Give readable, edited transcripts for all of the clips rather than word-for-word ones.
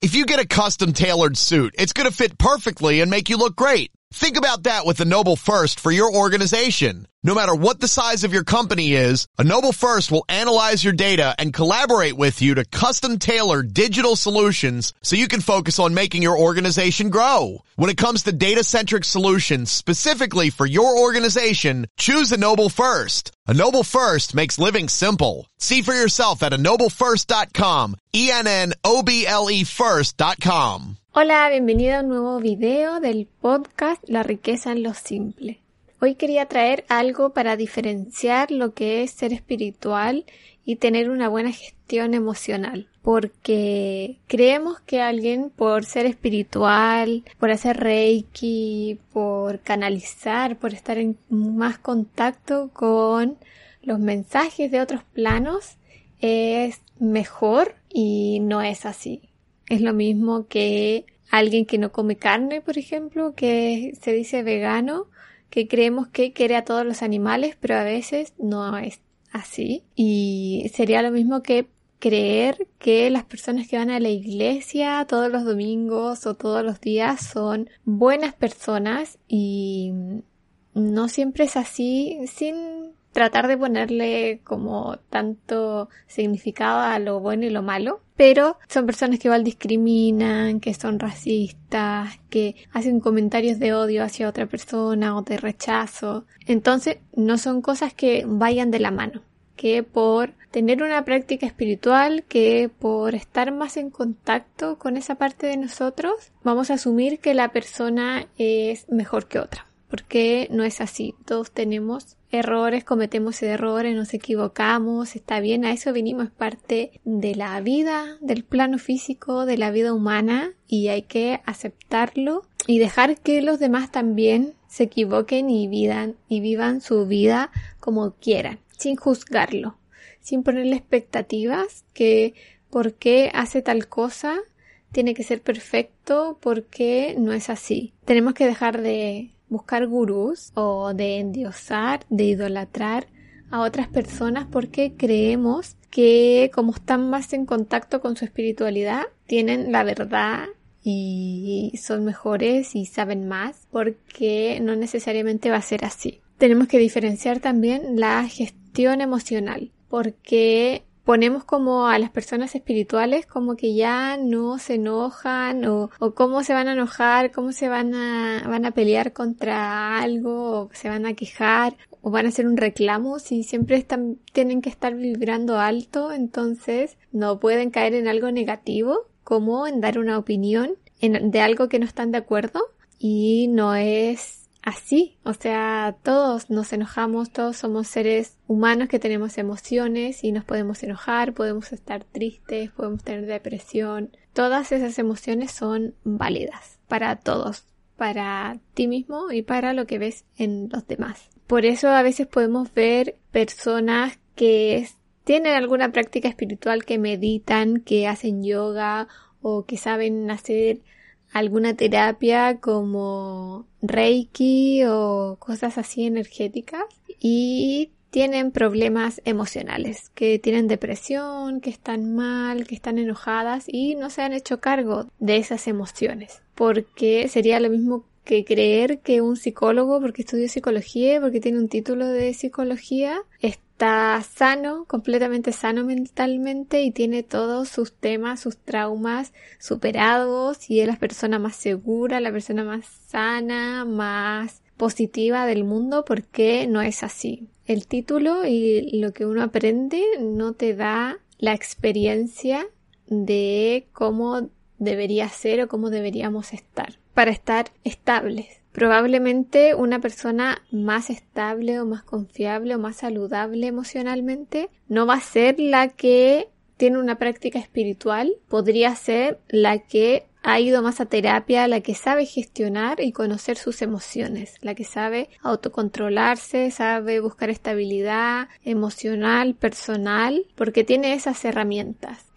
If you get a custom-tailored suit, it's going to fit perfectly and make you look great. Think about that with a Noble First for your organization. No matter what the size of your company is, a Noble First will analyze your data and collaborate with you to custom-tailor digital solutions so you can focus on making your organization grow. When it comes to data-centric solutions specifically for your organization, choose a Noble First. A Noble First makes living simple. See for yourself at enoblefirst.com, ENNOBLE first.com. Hola, bienvenido a un nuevo video del podcast La riqueza en lo simple. Hoy quería traer algo para diferenciar lo que es ser espiritual y tener una buena gestión emocional. Porque creemos que alguien por ser espiritual, por hacer reiki, por canalizar, por estar en más contacto con los mensajes de otros planos es mejor y no es así. Es lo mismo que alguien que no come carne, por ejemplo, que se dice vegano, que creemos que quiere a todos los animales, pero a veces no es así. Y sería lo mismo que creer que las personas que van a la iglesia todos los domingos o todos los días son buenas personas, y no siempre es así, sin tratar de ponerle como tanto significado a lo bueno y lo malo. Pero son personas que igual discriminan, que son racistas, que hacen comentarios de odio hacia otra persona o de rechazo. Entonces no son cosas que vayan de la mano. Que por tener una práctica espiritual, que por estar más en contacto con esa parte de nosotros, vamos a asumir que la persona es mejor que otra. Porque no es así. Todos tenemos errores, cometemos errores, nos equivocamos, está bien, a eso vinimos, es parte de la vida, del plano físico, de la vida humana, y hay que aceptarlo y dejar que los demás también se equivoquen y vivan su vida como quieran, sin juzgarlo, sin ponerle expectativas que por qué hace tal cosa tiene que ser perfecto, porque no es así. Tenemos que dejar de buscar gurús o de endiosar, de idolatrar a otras personas porque creemos que como están más en contacto con su espiritualidad, tienen la verdad y son mejores y saben más, porque no necesariamente va a ser así. Tenemos que diferenciar también la gestión emocional, porque ponemos como a las personas espirituales como que ya no se enojan o cómo se van a enojar, cómo se van a pelear contra algo, o se van a quejar o van a hacer un reclamo, si siempre tienen que estar vibrando alto. Entonces no pueden caer en algo negativo, como en dar una opinión de algo que no están de acuerdo, y no es así. O sea, todos nos enojamos, todos somos seres humanos que tenemos emociones y nos podemos enojar, podemos estar tristes, podemos tener depresión. Todas esas emociones son válidas para todos, para ti mismo y para lo que ves en los demás. Por eso a veces podemos ver personas que tienen alguna práctica espiritual, que meditan, que hacen yoga o que saben hacer alguna terapia como reiki o cosas así energéticas, y tienen problemas emocionales, que tienen depresión, que están mal, que están enojadas y no se han hecho cargo de esas emociones, porque sería lo mismo que creer que un psicólogo, porque estudió psicología, porque tiene un título de psicología, está sano, completamente sano mentalmente y tiene todos sus temas, sus traumas superados, y es la persona más segura, la persona más sana, más positiva del mundo, porque no es así. El título y lo que uno aprende no te da la experiencia de cómo debería ser o cómo deberíamos estar para estar estables. Probablemente una persona más estable o más confiable o más saludable emocionalmente no va a ser la que tiene una práctica espiritual, podría ser la que ha ido más a terapia, la que sabe gestionar y conocer sus emociones, la que sabe autocontrolarse, sabe buscar estabilidad emocional, personal, porque tiene esas herramientas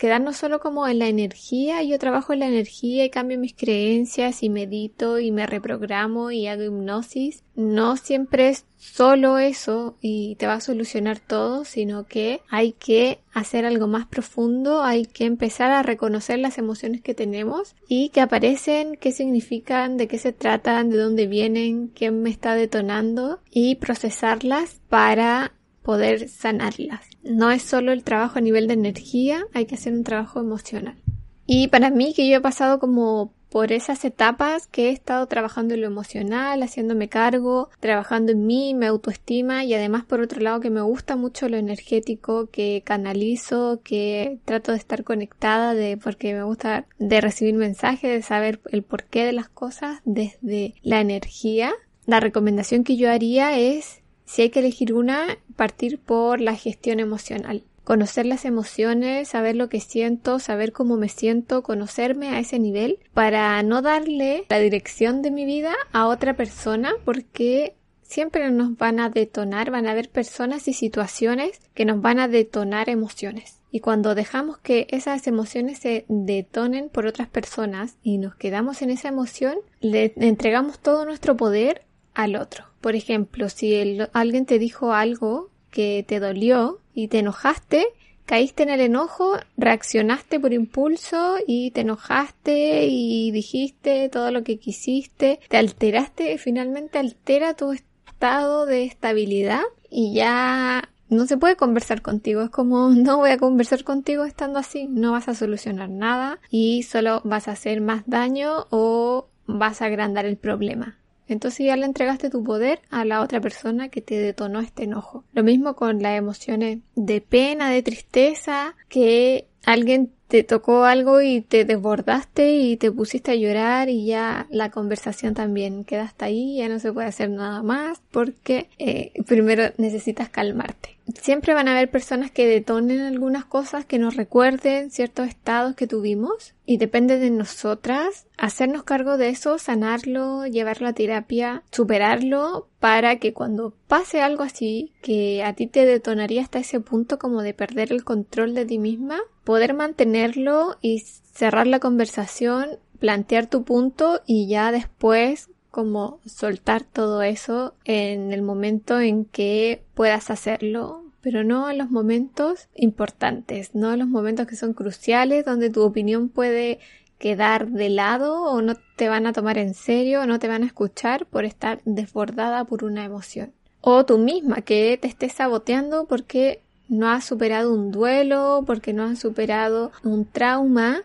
quedarnos solo como en la energía. Yo trabajo en la energía y cambio mis creencias y medito y me reprogramo y hago hipnosis. No siempre es solo eso y te va a solucionar todo, sino que hay que hacer algo más profundo, hay que empezar a reconocer las emociones que tenemos y que aparecen, qué significan, de qué se tratan, de dónde vienen, qué me está detonando y procesarlas para poder sanarlas. No es solo el trabajo a nivel de energía, hay que hacer un trabajo emocional. Y para mí, que yo he pasado como por esas etapas que he estado trabajando en lo emocional, haciéndome cargo, trabajando en mí, mi autoestima y además por otro lado que me gusta mucho lo energético, que canalizo, que trato de estar conectada porque me gusta de recibir mensajes, de saber el porqué de las cosas desde la energía. La recomendación que yo haría es, si hay que elegir una, partir por la gestión emocional. Conocer las emociones, saber lo que siento, saber cómo me siento, conocerme a ese nivel para no darle la dirección de mi vida a otra persona porque siempre nos van a detonar, van a haber personas y situaciones que nos van a detonar emociones. Y cuando dejamos que esas emociones se detonen por otras personas y nos quedamos en esa emoción, le entregamos todo nuestro poder al otro. Por ejemplo, si alguien te dijo algo que te dolió y te enojaste, caíste en el enojo, reaccionaste por impulso y te enojaste y dijiste todo lo que quisiste, te alteraste, finalmente altera tu estado de estabilidad y ya no se puede conversar contigo. Es como, no voy a conversar contigo estando así, no vas a solucionar nada y solo vas a hacer más daño o vas a agrandar el problema. Entonces ya le entregaste tu poder a la otra persona que te detonó este enojo. Lo mismo con las emociones de pena, de tristeza, que alguien te tocó algo y te desbordaste y te pusiste a llorar y ya la conversación también queda hasta ahí, ya no se puede hacer nada más porque primero necesitas calmarte. Siempre van a haber personas que detonen algunas cosas, que nos recuerden ciertos estados que tuvimos y depende de nosotras hacernos cargo de eso, sanarlo, llevarlo a terapia, superarlo para que cuando pase algo así que a ti te detonaría hasta ese punto como de perder el control de ti misma, poder mantenerlo y cerrar la conversación, plantear tu punto y ya después como soltar todo eso en el momento en que puedas hacerlo, pero no en los momentos importantes, no en los momentos que son cruciales, donde tu opinión puede quedar de lado o no te van a tomar en serio o no te van a escuchar por estar desbordada por una emoción. O tú misma que te estés saboteando porque no has superado un duelo, porque no has superado un trauma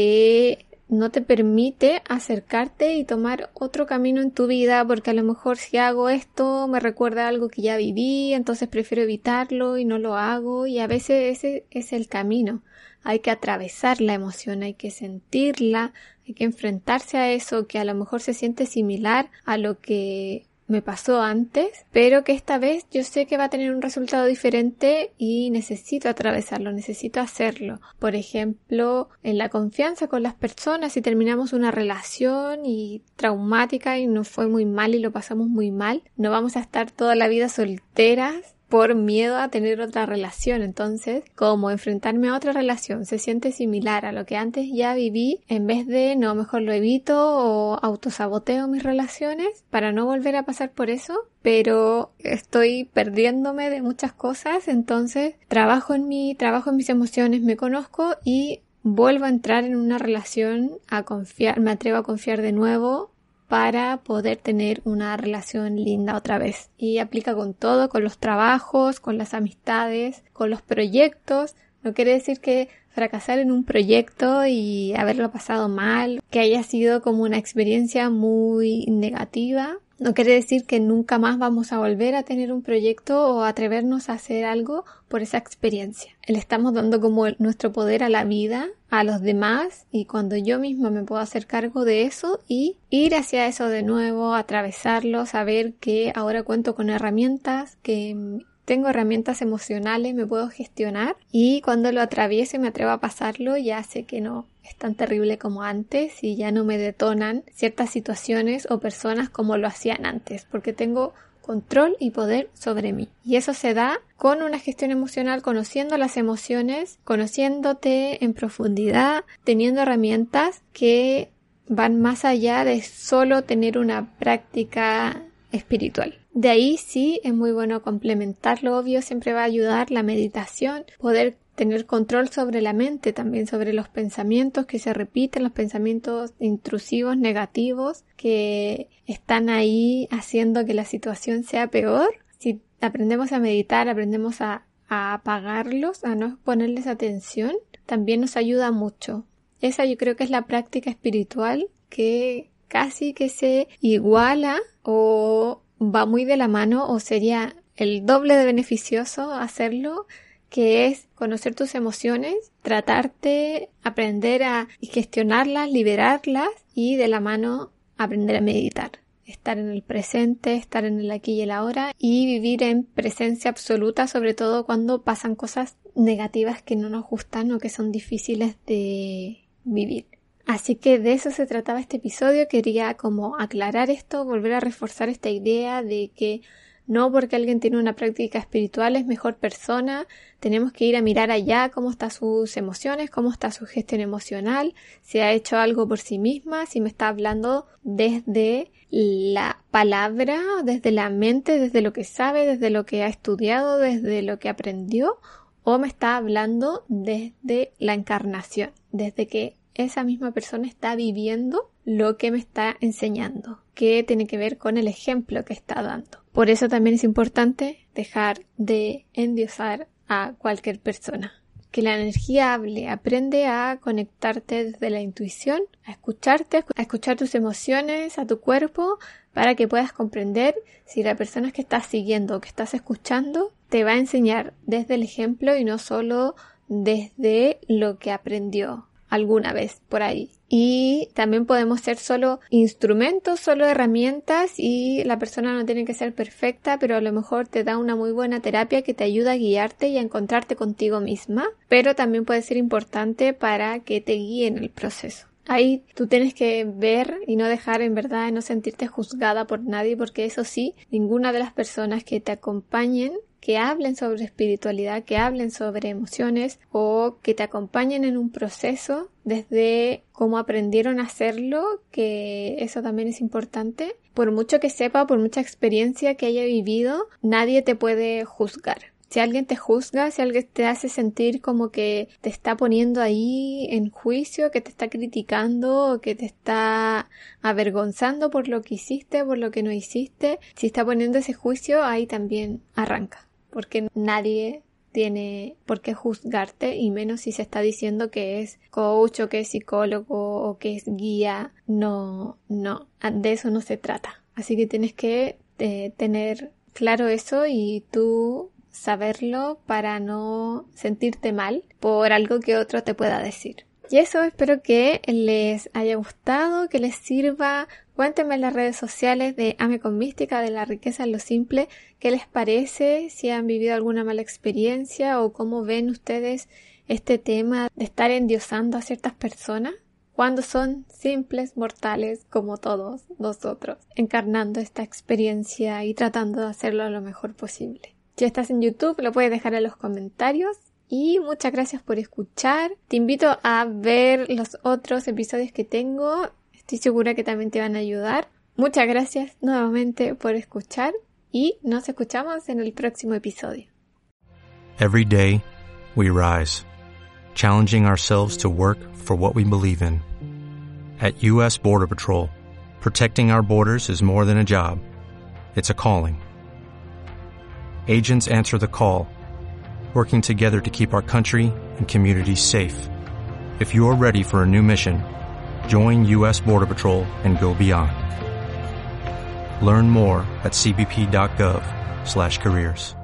que no te permite acercarte y tomar otro camino en tu vida, porque a lo mejor si hago esto me recuerda algo que ya viví, entonces prefiero evitarlo y no lo hago, y a veces ese es el camino. Hay que atravesar la emoción, hay que sentirla, hay que enfrentarse a eso que a lo mejor se siente similar a lo que me pasó antes, pero que esta vez yo sé que va a tener un resultado diferente y necesito atravesarlo, necesito hacerlo. Por ejemplo, en la confianza con las personas, si terminamos una relación y traumática y nos fue muy mal y lo pasamos muy mal, no vamos a estar toda la vida solteras por miedo a tener otra relación. Entonces, como enfrentarme a otra relación se siente similar a lo que antes ya viví, en vez de no, mejor lo evito o autosaboteo mis relaciones para no volver a pasar por eso, pero estoy perdiéndome de muchas cosas, entonces trabajo en mí, trabajo en mis emociones, me conozco y vuelvo a entrar en una relación, a confiar, me atrevo a confiar de nuevo para poder tener una relación linda otra vez. Y aplica con todo, con los trabajos, con las amistades, con los proyectos. No quiere decir que fracasar en un proyecto y haberlo pasado mal, que haya sido como una experiencia muy negativa. No quiere decir que nunca más vamos a volver a tener un proyecto o atrevernos a hacer algo por esa experiencia. Le estamos dando como nuestro poder a la vida, a los demás, y cuando yo misma me puedo hacer cargo de eso y ir hacia eso de nuevo, atravesarlo, saber que ahora cuento con herramientas, que tengo herramientas emocionales, me puedo gestionar y cuando lo atraviese y me atrevo a pasarlo ya sé que no es tan terrible como antes y ya no me detonan ciertas situaciones o personas como lo hacían antes, porque tengo control y poder sobre mí. Y eso se da con una gestión emocional, conociendo las emociones, conociéndote en profundidad, teniendo herramientas que van más allá de solo tener una práctica espiritual. De ahí sí es muy bueno complementarlo, obvio, siempre va a ayudar la meditación, poder tener control sobre la mente, también sobre los pensamientos que se repiten, los pensamientos intrusivos, negativos, que están ahí haciendo que la situación sea peor. Si aprendemos a meditar, aprendemos a apagarlos, a no ponerles atención, también nos ayuda mucho. Esa yo creo que es la práctica espiritual que casi que se iguala o va muy de la mano, o sería el doble de beneficioso hacerlo, que es conocer tus emociones, tratarte, aprender a gestionarlas, liberarlas y de la mano aprender a meditar. Estar en el presente, estar en el aquí y el ahora y vivir en presencia absoluta, sobre todo cuando pasan cosas negativas que no nos gustan o que son difíciles de vivir. Así que de eso se trataba este episodio. Quería como aclarar esto, volver a reforzar esta idea de que no porque alguien tiene una práctica espiritual es mejor persona. Tenemos que ir a mirar allá cómo están sus emociones, cómo está su gestión emocional, si ha hecho algo por sí misma, si me está hablando desde la palabra, desde la mente, desde lo que sabe, desde lo que ha estudiado, desde lo que aprendió, o me está hablando desde la encarnación, desde que esa misma persona está viviendo lo que me está enseñando, que tiene que ver con el ejemplo que está dando. Por eso también es importante dejar de endiosar a cualquier persona. Que la energía hable, aprende a conectarte desde la intuición, a escucharte, a escuchar tus emociones, a tu cuerpo, para que puedas comprender si la persona que estás siguiendo o que estás escuchando te va a enseñar desde el ejemplo y no solo desde lo que aprendió alguna vez por ahí. Y también podemos ser solo instrumentos, solo herramientas, y la persona no tiene que ser perfecta, pero a lo mejor te da una muy buena terapia que te ayuda a guiarte y a encontrarte contigo misma, pero también puede ser importante para que te guíe en el proceso. Ahí tú tienes que ver y no dejar, en verdad, no sentirte juzgada por nadie, porque eso sí, ninguna de las personas que te acompañen, que hablen sobre espiritualidad, que hablen sobre emociones o que te acompañen en un proceso desde cómo aprendieron a hacerlo, que eso también es importante. Por mucho que sepa, por mucha experiencia que haya vivido, nadie te puede juzgar. Si alguien te juzga, si alguien te hace sentir como que te está poniendo ahí en juicio, que te está criticando o que te está avergonzando por lo que hiciste, por lo que no hiciste, si está poniendo ese juicio, ahí también arranca. Porque nadie tiene por qué juzgarte, y menos si se está diciendo que es coach o que es psicólogo o que es guía. No, de eso no se trata. Así que tienes que tener claro eso y tú saberlo para no sentirte mal por algo que otro te pueda decir. Y eso, espero que les haya gustado, que les sirva. Cuéntenme en las redes sociales de Ame con Mística, de La Riqueza en lo Simple, qué les parece, si han vivido alguna mala experiencia o cómo ven ustedes este tema de estar endiosando a ciertas personas cuando son simples mortales como todos nosotros, encarnando esta experiencia y tratando de hacerlo lo mejor posible. Si estás en YouTube, lo puedes dejar en los comentarios. Y muchas gracias por escuchar. Te invito a ver los otros episodios que tengo. Estoy segura que también te van a ayudar. Muchas gracias nuevamente por escuchar y nos escuchamos en el próximo episodio. Every day, we rise, challenging ourselves to work for what we believe in. At U.S. Border Patrol, protecting our borders is more than a job. It's a calling. Agents answer the call, working together to keep our country and communities safe. If you are ready for a new mission, join U.S. Border Patrol and go beyond. Learn more at cbp.gov/careers.